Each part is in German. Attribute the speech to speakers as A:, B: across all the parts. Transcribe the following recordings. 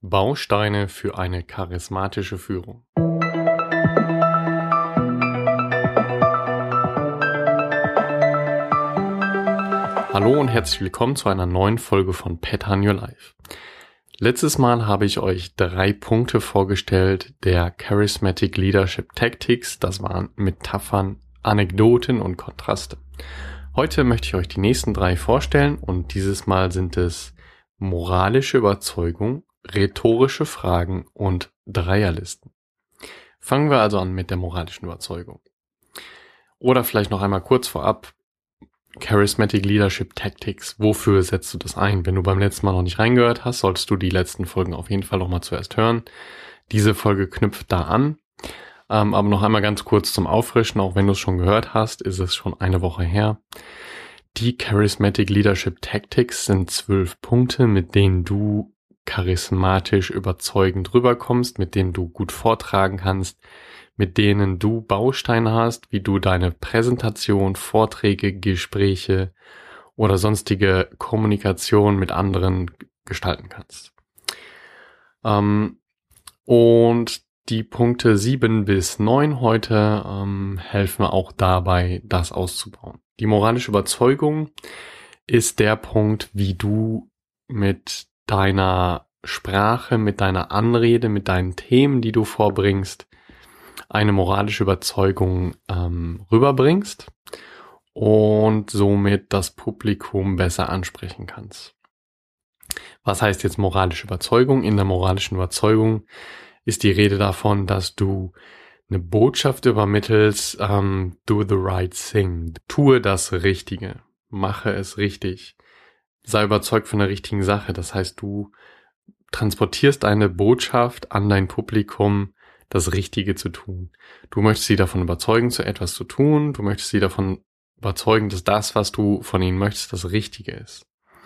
A: Bausteine für eine charismatische Führung. Hallo und herzlich willkommen zu einer neuen Folge von Pattern Your Life. Letztes Mal habe ich euch 3 Punkte vorgestellt der Charismatic Leadership Tactics. Das waren Metaphern, Anekdoten und Kontraste. Heute möchte ich euch die nächsten 3 vorstellen und dieses Mal sind es moralische Überzeugung, rhetorische Fragen und Dreierlisten. Fangen wir also an mit der moralischen Überzeugung. Oder vielleicht noch einmal kurz vorab, Charismatic Leadership Tactics, wofür setzt du das ein? Wenn du beim letzten Mal noch nicht reingehört hast, solltest du die letzten Folgen auf jeden Fall noch mal zuerst hören. Diese Folge knüpft da an. Aber noch einmal ganz kurz zum Auffrischen, auch wenn du es schon gehört hast, ist es schon eine Woche her. Die Charismatic Leadership Tactics sind 12 Punkte, mit denen du charismatisch überzeugend rüberkommst, mit denen du gut vortragen kannst, mit denen du Bausteine hast, wie du deine Präsentation, Vorträge, Gespräche oder sonstige Kommunikation mit anderen gestalten kannst. Und die Punkte 7 bis 9 heute helfen auch dabei, das auszubauen. Die moralische Überzeugung ist der Punkt, wie du mit deiner Sprache, mit deiner Anrede, mit deinen Themen, die du vorbringst, eine moralische Überzeugung rüberbringst und somit das Publikum besser ansprechen kannst. Was heißt jetzt moralische Überzeugung? In der moralischen Überzeugung ist die Rede davon, dass du eine Botschaft übermittelst, do the right thing, tue das Richtige, mache es richtig, sei überzeugt von der richtigen Sache. Das heißt, du transportierst eine Botschaft an dein Publikum, das Richtige zu tun. Du möchtest sie davon überzeugen, zu etwas zu tun, du möchtest sie davon überzeugen, dass das, was du von ihnen möchtest, das Richtige ist.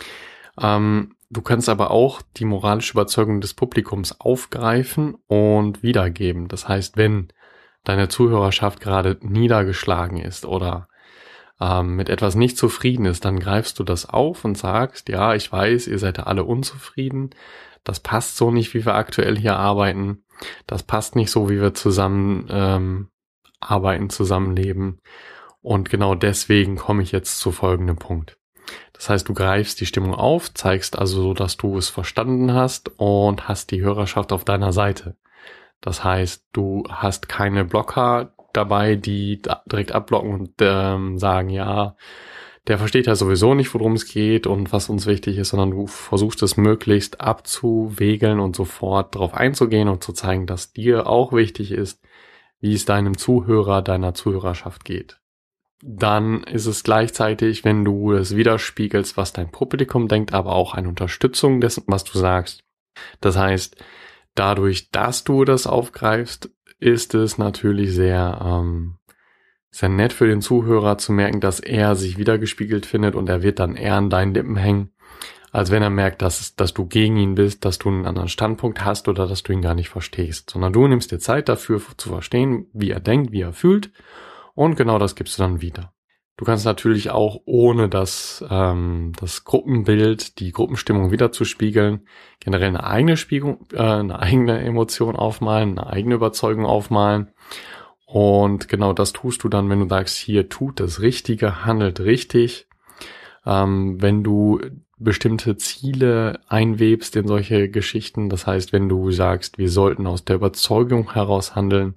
A: Du kannst aber auch die moralische Überzeugung des Publikums aufgreifen und wiedergeben. Das heißt, wenn deine Zuhörerschaft gerade niedergeschlagen ist oder mit etwas nicht zufrieden ist, dann greifst du das auf und sagst, ja, ich weiß, ihr seid alle unzufrieden, das passt so nicht, wie wir aktuell hier arbeiten, das passt nicht so, wie wir zusammen arbeiten, zusammenleben und genau deswegen komme ich jetzt zu folgendem Punkt. Das heißt, du greifst die Stimmung auf, zeigst also so, dass du es verstanden hast und hast die Hörerschaft auf deiner Seite. Das heißt, du hast keine Blocker dabei, die direkt abblocken und sagen, ja, der versteht ja sowieso nicht, worum es geht und was uns wichtig ist, sondern du versuchst es möglichst abzuwägeln und sofort darauf einzugehen und zu zeigen, dass dir auch wichtig ist, wie es deinem Zuhörer, deiner Zuhörerschaft geht. Dann ist es gleichzeitig, wenn du es widerspiegelst, was dein Publikum denkt, aber auch eine Unterstützung dessen, was du sagst. Das heißt, dadurch, dass du das aufgreifst, ist es natürlich sehr nett für den Zuhörer zu merken, dass er sich wiedergespiegelt findet und er wird dann eher an deinen Lippen hängen, als wenn er merkt, dass du gegen ihn bist, dass du einen anderen Standpunkt hast oder dass du ihn gar nicht verstehst. Sondern du nimmst dir Zeit dafür zu verstehen, wie er denkt, wie er fühlt und genau das gibst du dann wieder. Du kannst natürlich auch, ohne das Gruppenbild, die Gruppenstimmung wiederzuspiegeln, generell eine eigene Emotion aufmalen, eine eigene Überzeugung aufmalen. Und genau das tust du dann, wenn du sagst, hier tut das Richtige, handelt richtig. Wenn du bestimmte Ziele einwebst in solche Geschichten, das heißt, wenn du sagst, wir sollten aus der Überzeugung heraus handeln,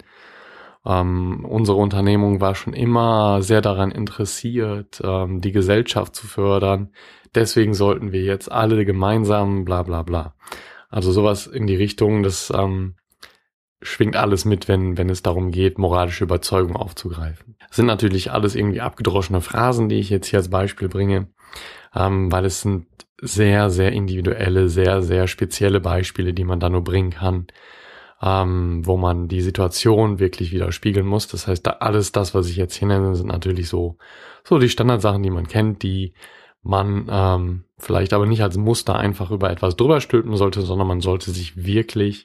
A: unsere Unternehmung war schon immer sehr daran interessiert, die Gesellschaft zu fördern. Deswegen sollten wir jetzt alle gemeinsam bla bla bla. Also sowas in die Richtung, das schwingt alles mit, wenn es darum geht, moralische Überzeugung aufzugreifen. Das sind natürlich alles irgendwie abgedroschene Phrasen, die ich jetzt hier als Beispiel bringe, weil es sind sehr, sehr individuelle, sehr, sehr spezielle Beispiele, die man da nur bringen kann, wo man die Situation wirklich widerspiegeln muss. Das heißt, alles das, was ich jetzt hier nenne, sind natürlich so die Standardsachen, die man kennt, die man vielleicht aber nicht als Muster einfach über etwas drüber stülpen sollte, sondern man sollte sich wirklich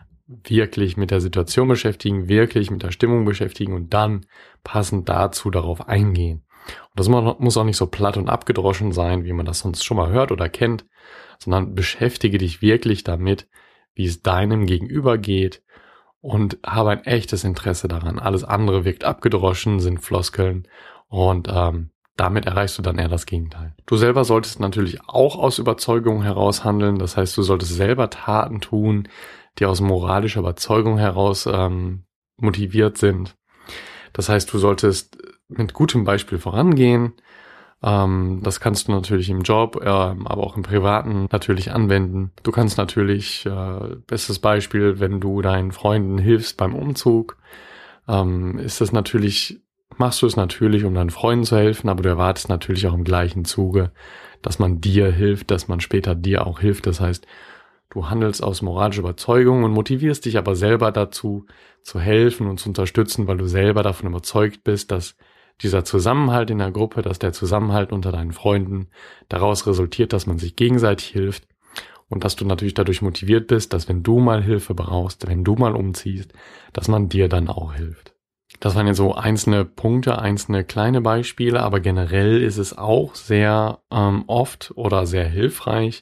A: mit der Situation beschäftigen, wirklich mit der Stimmung beschäftigen und dann passend dazu darauf eingehen. Und das muss auch nicht so platt und abgedroschen sein, wie man das sonst schon mal hört oder kennt, sondern beschäftige dich wirklich damit, wie es deinem Gegenüber geht und habe ein echtes Interesse daran. Alles andere wirkt abgedroschen, sind Floskeln und damit erreichst du dann eher das Gegenteil. Du selber solltest natürlich auch aus Überzeugung heraus handeln. Das heißt, du solltest selber Taten tun, die aus moralischer Überzeugung heraus motiviert sind. Das heißt, du solltest mit gutem Beispiel vorangehen. Das kannst du natürlich im Job, aber auch im Privaten natürlich anwenden. Du kannst natürlich, bestes Beispiel, wenn du deinen Freunden hilfst beim Umzug, machst du es natürlich, um deinen Freunden zu helfen, aber du erwartest natürlich auch im gleichen Zuge, dass man dir hilft, dass man später dir auch hilft. Das heißt, du handelst aus moralischer Überzeugung und motivierst dich aber selber dazu, zu helfen und zu unterstützen, weil du selber davon überzeugt bist, dass dieser Zusammenhalt in der Gruppe, dass der Zusammenhalt unter deinen Freunden daraus resultiert, dass man sich gegenseitig hilft und dass du natürlich dadurch motiviert bist, dass wenn du mal Hilfe brauchst, wenn du mal umziehst, dass man dir dann auch hilft. Das waren jetzt so einzelne Punkte, einzelne kleine Beispiele, aber generell ist es auch sehr oft oder sehr hilfreich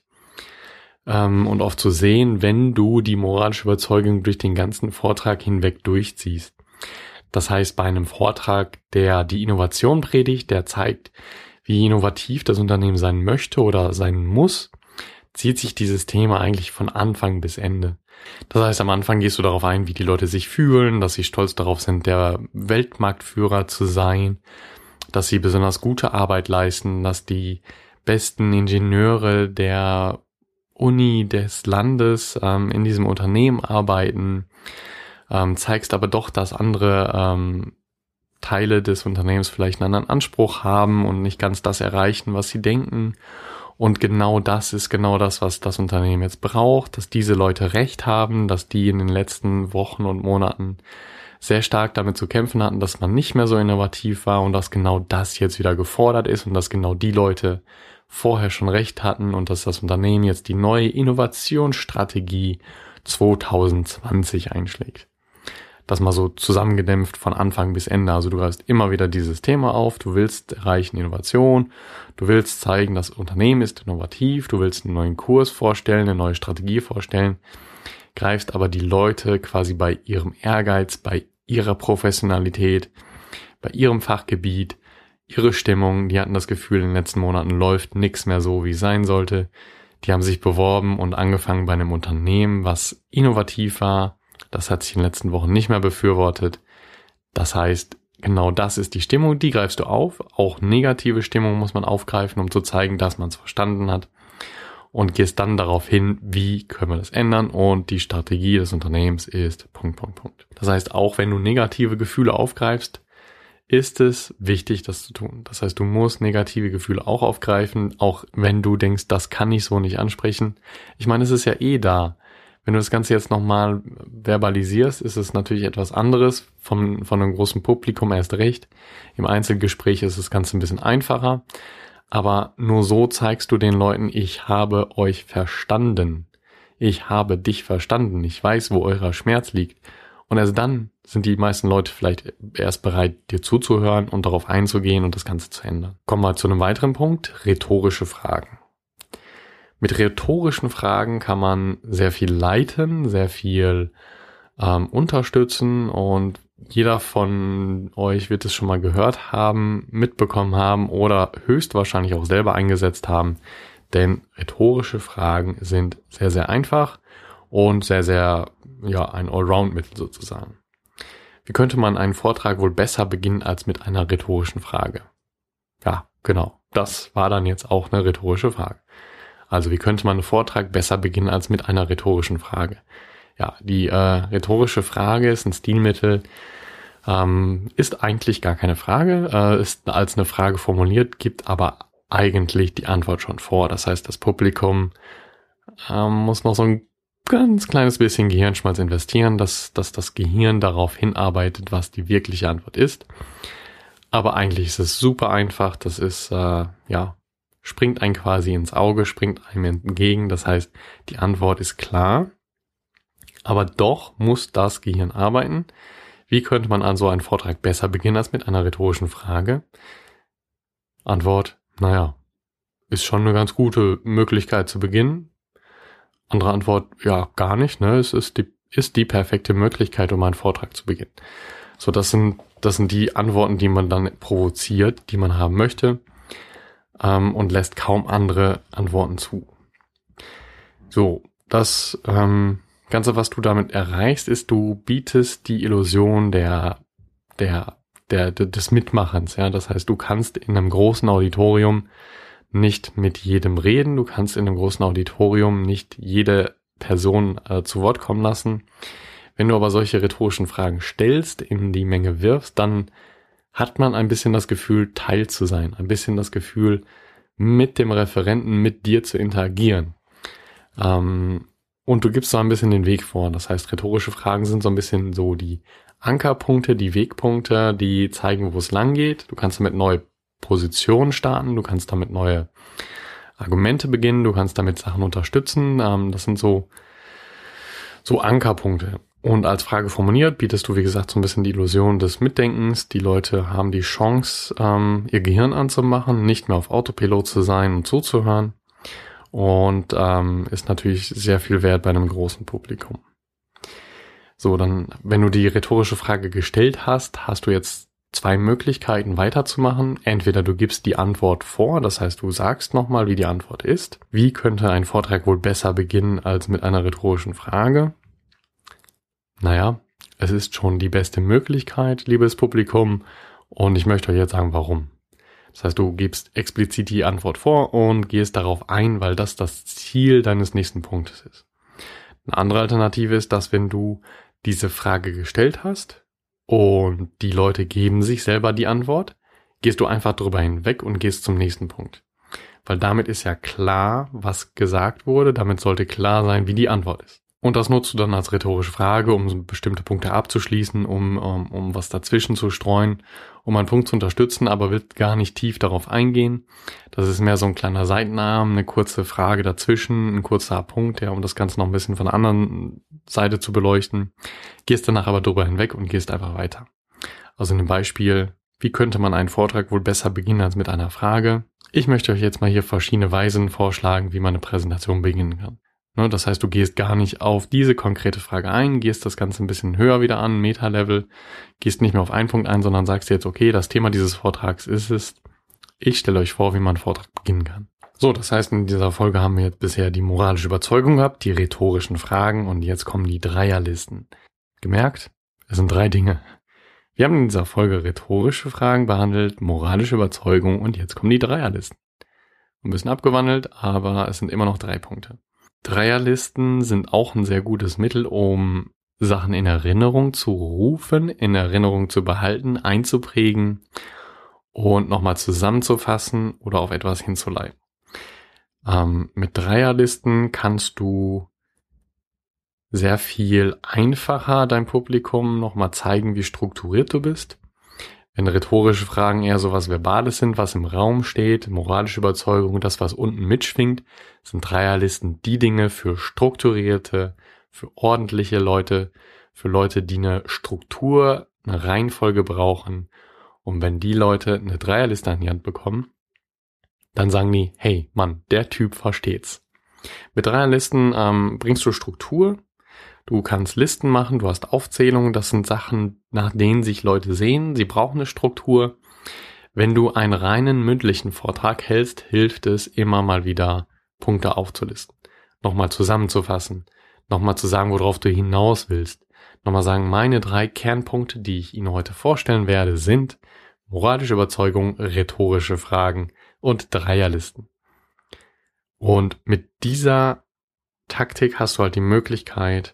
A: und oft zu sehen, wenn du die moralische Überzeugung durch den ganzen Vortrag hinweg durchziehst. Das heißt, bei einem Vortrag, der die Innovation predigt, der zeigt, wie innovativ das Unternehmen sein möchte oder sein muss, zieht sich dieses Thema eigentlich von Anfang bis Ende. Das heißt, am Anfang gehst du darauf ein, wie die Leute sich fühlen, dass sie stolz darauf sind, der Weltmarktführer zu sein, dass sie besonders gute Arbeit leisten, dass die besten Ingenieure der Uni des Landes in diesem Unternehmen arbeiten, zeigst aber doch, dass andere Teile des Unternehmens vielleicht einen anderen Anspruch haben und nicht ganz das erreichen, was sie denken. Und genau das ist genau das, was das Unternehmen jetzt braucht, dass diese Leute Recht haben, dass die in den letzten Wochen und Monaten sehr stark damit zu kämpfen hatten, dass man nicht mehr so innovativ war und dass genau das jetzt wieder gefordert ist und dass genau die Leute vorher schon Recht hatten und dass das Unternehmen jetzt die neue Innovationsstrategie 2020 einschlägt. Das mal so zusammengedämpft von Anfang bis Ende. Also du greifst immer wieder dieses Thema auf, du willst erreichen Innovation, du willst zeigen, das Unternehmen ist innovativ, du willst einen neuen Kurs vorstellen, eine neue Strategie vorstellen, greifst aber die Leute quasi bei ihrem Ehrgeiz, bei ihrer Professionalität, bei ihrem Fachgebiet, ihre Stimmung, die hatten das Gefühl, in den letzten Monaten läuft nichts mehr so, wie es sein sollte. Die haben sich beworben und angefangen bei einem Unternehmen, was innovativ war. Das hat sich in den letzten Wochen nicht mehr befürwortet. Das heißt, genau das ist die Stimmung, die greifst du auf. Auch negative Stimmung muss man aufgreifen, um zu zeigen, dass man es verstanden hat. Und gehst dann darauf hin, wie können wir das ändern. Und die Strategie des Unternehmens ist ... Das heißt, auch wenn du negative Gefühle aufgreifst, ist es wichtig, das zu tun. Das heißt, du musst negative Gefühle auch aufgreifen, auch wenn du denkst, das kann ich so nicht ansprechen. Ich meine, es ist ja eh da. Wenn du das Ganze jetzt nochmal verbalisierst, ist es natürlich etwas anderes, von einem großen Publikum erst recht. Im Einzelgespräch ist das Ganze ein bisschen einfacher, aber nur so zeigst du den Leuten, ich habe euch verstanden. Ich habe dich verstanden. Ich weiß, wo euer Schmerz liegt. Und erst dann sind die meisten Leute vielleicht erst bereit, dir zuzuhören und darauf einzugehen und das Ganze zu ändern. Kommen wir zu einem weiteren Punkt, rhetorische Fragen. Mit rhetorischen Fragen kann man sehr viel leiten, sehr viel unterstützen und jeder von euch wird es schon mal gehört haben, mitbekommen haben oder höchstwahrscheinlich auch selber eingesetzt haben, denn rhetorische Fragen sind sehr, sehr einfach und sehr, sehr, ein Allround-Mittel sozusagen. Wie könnte man einen Vortrag wohl besser beginnen als mit einer rhetorischen Frage? Ja, genau, das war dann jetzt auch eine rhetorische Frage. Also wie könnte man einen Vortrag besser beginnen als mit einer rhetorischen Frage? Ja, die rhetorische Frage ist ein Stilmittel, ist eigentlich gar keine Frage, ist als eine Frage formuliert, gibt aber eigentlich die Antwort schon vor. Das heißt, das Publikum muss noch so ein ganz kleines bisschen Gehirnschmalz investieren, dass das Gehirn darauf hinarbeitet, was die wirkliche Antwort ist. Aber eigentlich ist es super einfach, das ist, springt einem quasi ins Auge, springt einem entgegen. Das heißt, die Antwort ist klar, aber doch muss das Gehirn arbeiten. Wie könnte man an so einen Vortrag besser beginnen als mit einer rhetorischen Frage? Antwort, ist schon eine ganz gute Möglichkeit zu beginnen. Andere Antwort, ja, gar nicht, ne? Es ist die perfekte Möglichkeit, um einen Vortrag zu beginnen. So, das sind die Antworten, die man dann provoziert, die man haben möchte, und lässt kaum andere Antworten zu. So, das Ganze, was du damit erreichst, ist, du bietest die Illusion des Mitmachens, ja. Das heißt, du kannst in einem großen Auditorium nicht mit jedem reden, du kannst in einem großen Auditorium nicht jede Person zu Wort kommen lassen. Wenn du aber solche rhetorischen Fragen stellst, in die Menge wirfst, dann hat man ein bisschen das Gefühl, Teil zu sein, ein bisschen das Gefühl, mit dem Referenten, mit dir zu interagieren. Und du gibst so ein bisschen den Weg vor. Das heißt, rhetorische Fragen sind so ein bisschen so die Ankerpunkte, die Wegpunkte, die zeigen, wo es lang geht. Du kannst damit neue Positionen starten, du kannst damit neue Argumente beginnen, du kannst damit Sachen unterstützen. Das sind so Ankerpunkte. Und als Frage formuliert bietest du, wie gesagt, so ein bisschen die Illusion des Mitdenkens. Die Leute haben die Chance, ihr Gehirn anzumachen, nicht mehr auf Autopilot zu sein und zuzuhören. Und ist natürlich sehr viel wert bei einem großen Publikum. So, dann, wenn du die rhetorische Frage gestellt hast, hast du jetzt 2 Möglichkeiten weiterzumachen. Entweder du gibst die Antwort vor, das heißt, du sagst nochmal, wie die Antwort ist. Wie könnte ein Vortrag wohl besser beginnen als mit einer rhetorischen Frage? Naja, es ist schon die beste Möglichkeit, liebes Publikum, und ich möchte euch jetzt sagen, warum. Das heißt, du gibst explizit die Antwort vor und gehst darauf ein, weil das Ziel deines nächsten Punktes ist. Eine andere Alternative ist, dass wenn du diese Frage gestellt hast und die Leute geben sich selber die Antwort, gehst du einfach drüber hinweg und gehst zum nächsten Punkt. Weil damit ist ja klar, was gesagt wurde, damit sollte klar sein, wie die Antwort ist. Und das nutzt du dann als rhetorische Frage, um bestimmte Punkte abzuschließen, um was dazwischen zu streuen, um einen Punkt zu unterstützen, aber wird gar nicht tief darauf eingehen. Das ist mehr so ein kleiner Seitenarm, eine kurze Frage dazwischen, ein kurzer Punkt, ja, um das Ganze noch ein bisschen von der anderen Seite zu beleuchten. Gehst danach aber drüber hinweg und gehst einfach weiter. Also in dem Beispiel, wie könnte man einen Vortrag wohl besser beginnen als mit einer Frage? Ich möchte euch jetzt mal hier verschiedene Weisen vorschlagen, wie man eine Präsentation beginnen kann. Das heißt, du gehst gar nicht auf diese konkrete Frage ein, gehst das Ganze ein bisschen höher wieder an, Meta-Level, gehst nicht mehr auf einen Punkt ein, sondern sagst jetzt, okay, das Thema dieses Vortrags ist es, ich stelle euch vor, wie man einen Vortrag beginnen kann. So, das heißt, in dieser Folge haben wir jetzt bisher die moralische Überzeugung gehabt, die rhetorischen Fragen und jetzt kommen die Dreierlisten. Gemerkt? Es sind 3 Dinge. Wir haben in dieser Folge rhetorische Fragen behandelt, moralische Überzeugung und jetzt kommen die Dreierlisten. Ein bisschen abgewandelt, aber es sind immer noch 3 Punkte. Dreierlisten sind auch ein sehr gutes Mittel, um Sachen in Erinnerung zu rufen, in Erinnerung zu behalten, einzuprägen und nochmal zusammenzufassen oder auf etwas hinzuleiten. Mit Dreierlisten kannst du sehr viel einfacher deinem Publikum nochmal zeigen, wie strukturiert du bist. Wenn rhetorische Fragen eher so was Verbales sind, was im Raum steht, moralische Überzeugung, das, was unten mitschwingt, sind Dreierlisten die Dinge für strukturierte, für ordentliche Leute, für Leute, die eine Struktur, eine Reihenfolge brauchen. Und wenn die Leute eine Dreierliste an die Hand bekommen, dann sagen die, hey Mann, der Typ versteht's. Mit Dreierlisten bringst du Struktur. Du kannst Listen machen, du hast Aufzählungen, das sind Sachen, nach denen sich Leute sehen, sie brauchen eine Struktur. Wenn du einen reinen mündlichen Vortrag hältst, hilft es immer mal wieder, Punkte aufzulisten, nochmal zusammenzufassen, nochmal zu sagen, worauf du hinaus willst, nochmal sagen, meine 3 Kernpunkte, die ich Ihnen heute vorstellen werde, sind moralische Überzeugung, rhetorische Fragen und Dreierlisten. Und mit dieser Taktik hast du halt die Möglichkeit,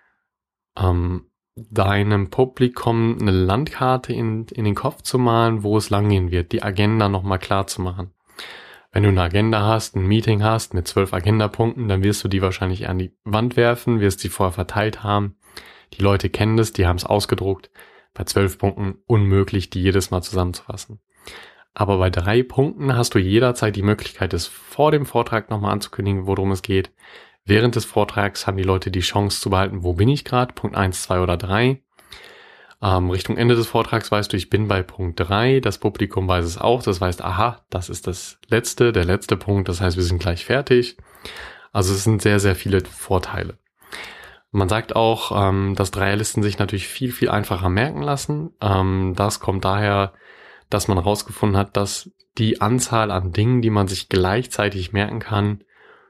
A: deinem Publikum eine Landkarte in den Kopf zu malen, wo es langgehen wird, die Agenda nochmal klar zu machen. Wenn du eine Agenda hast, ein Meeting hast mit 12 Agendapunkten, dann wirst du die wahrscheinlich an die Wand werfen, wirst sie vorher verteilt haben. Die Leute kennen das, die haben es ausgedruckt. Bei 12 Punkten unmöglich, die jedes Mal zusammenzufassen. Aber bei 3 Punkten hast du jederzeit die Möglichkeit, es vor dem Vortrag nochmal anzukündigen, worum es geht. Während des Vortrags haben die Leute die Chance zu behalten, wo bin ich gerade, Punkt 1, 2 oder 3. Richtung Ende des Vortrags weißt du, ich bin bei Punkt 3, das Publikum weiß es auch, das heißt, aha, das ist der letzte Punkt, das heißt, wir sind gleich fertig. Also es sind sehr, sehr viele Vorteile. Man sagt auch, dass Dreierlisten sich natürlich viel, viel einfacher merken lassen. Das kommt daher, dass man herausgefunden hat, dass die Anzahl an Dingen, die man sich gleichzeitig merken kann,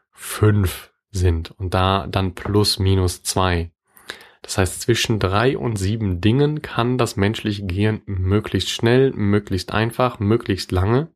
A: 5 sind. Und da dann plus minus 2. Das heißt, zwischen 3 und 7 Dingen kann das menschliche Gehirn möglichst schnell, möglichst einfach, möglichst lange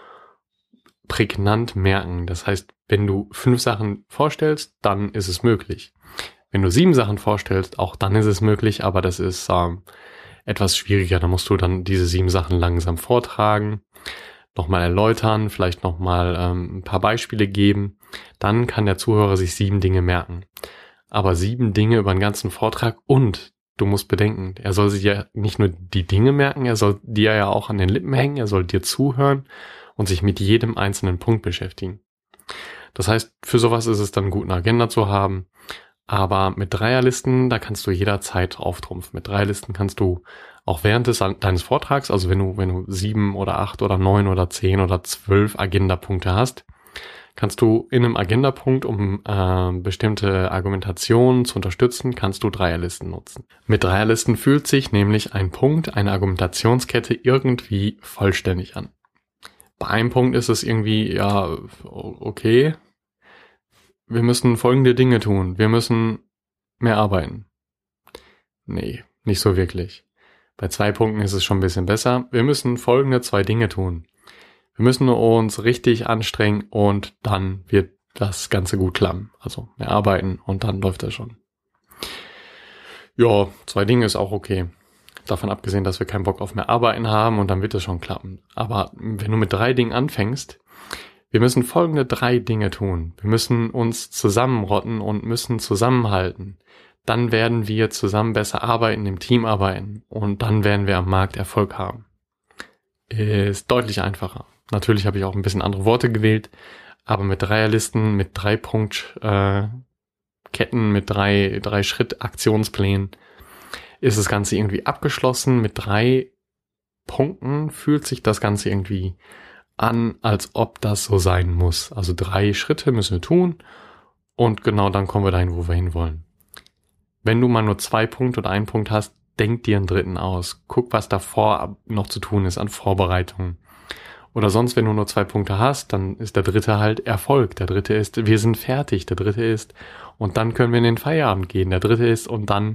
A: prägnant merken. Das heißt, wenn du 5 Sachen vorstellst, dann ist es möglich. Wenn du 7 Sachen vorstellst, auch dann ist es möglich, aber das ist etwas schwieriger. Da musst du dann diese 7 Sachen langsam vortragen, nochmal erläutern, vielleicht nochmal ein paar Beispiele geben. Dann kann der Zuhörer sich 7 Dinge merken. Aber 7 Dinge über den ganzen Vortrag, und du musst bedenken, er soll sich ja nicht nur die Dinge merken, er soll dir ja auch an den Lippen hängen, er soll dir zuhören und sich mit jedem einzelnen Punkt beschäftigen. Das heißt, für sowas ist es dann gut, eine Agenda zu haben. Aber mit Dreierlisten, da kannst du jederzeit auftrumpfen. Mit Dreierlisten kannst du auch während deines Vortrags, also wenn du 7 oder 8 oder 9 oder 10 oder 12 Agendapunkte hast, kannst du in einem Agendapunkt, um bestimmte Argumentationen zu unterstützen, kannst du Dreierlisten nutzen. Mit Dreierlisten fühlt sich nämlich ein Punkt, eine Argumentationskette irgendwie vollständig an. Bei einem Punkt ist es irgendwie, ja, okay, wir müssen folgende Dinge tun. Wir müssen mehr arbeiten. Nee, nicht so wirklich. Bei 2 Punkten ist es schon ein bisschen besser. Wir müssen folgende 2 Dinge tun. Wir müssen uns richtig anstrengen und dann wird das Ganze gut klappen. Also mehr arbeiten und dann läuft das schon. Ja, 2 Dinge ist auch okay. Davon abgesehen, dass wir keinen Bock auf mehr Arbeiten haben und dann wird das schon klappen. Aber wenn du mit 3 Dingen anfängst, wir müssen folgende 3 Dinge tun. Wir müssen uns zusammenrotten und müssen zusammenhalten. Dann werden wir zusammen besser arbeiten, im Team arbeiten und dann werden wir am Markt Erfolg haben. Ist deutlich einfacher. Natürlich habe ich auch ein bisschen andere Worte gewählt, aber mit Dreierlisten, mit 3 Punktketten, mit 3 Schritt-Aktionsplänen ist das Ganze irgendwie abgeschlossen. Mit 3 Punkten fühlt sich das Ganze irgendwie an, als ob das so sein muss. Also 3 Schritte müssen wir tun und genau dann kommen wir dahin, wo wir hinwollen. Wenn du mal nur 2 Punkte oder 1 Punkt hast, denk dir einen dritten aus. Guck, was davor noch zu tun ist an Vorbereitungen. Oder sonst, wenn du nur 2 Punkte hast, dann ist der dritte halt Erfolg. Der dritte ist, wir sind fertig. Der dritte ist, und dann können wir in den Feierabend gehen. Der dritte ist, und dann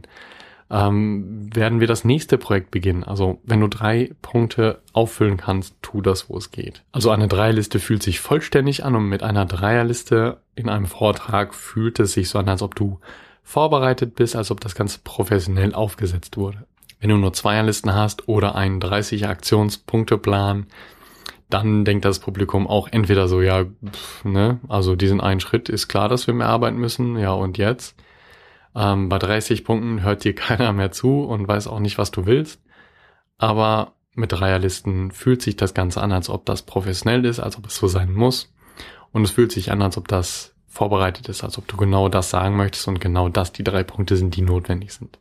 A: werden wir das nächste Projekt beginnen. Also wenn du 3 Punkte auffüllen kannst, tu das, wo es geht. Also eine Dreierliste fühlt sich vollständig an und mit einer Dreierliste in einem Vortrag fühlt es sich so an, als ob du vorbereitet bist, als ob das Ganze professionell aufgesetzt wurde. Wenn du nur Zweierlisten hast oder einen 30er Aktionspunkteplan, dann denkt das Publikum auch entweder so, ja, also diesen einen Schritt ist klar, dass wir mehr arbeiten müssen, ja und jetzt? Bei 30 Punkten hört dir keiner mehr zu und weiß auch nicht, was du willst. Aber mit Dreierlisten fühlt sich das Ganze an, als ob das professionell ist, als ob es so sein muss. Und es fühlt sich an, als ob das vorbereitet ist, als ob du genau das sagen möchtest und genau das die 3 Punkte sind, die notwendig sind.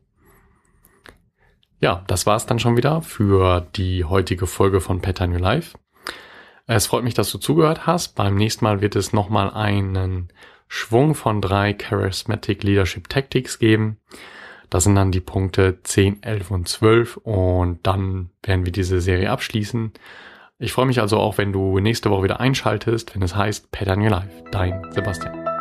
A: Ja, das war's dann schon wieder für die heutige Folge von Pattern Your Life. Es freut mich, dass du zugehört hast. Beim nächsten Mal wird es nochmal einen Schwung von 3 Charismatic Leadership Tactics geben. Das sind dann die Punkte 10, 11 und 12 und dann werden wir diese Serie abschließen. Ich freue mich also auch, wenn du nächste Woche wieder einschaltest, wenn es heißt Pattern Your Life. Dein Sebastian.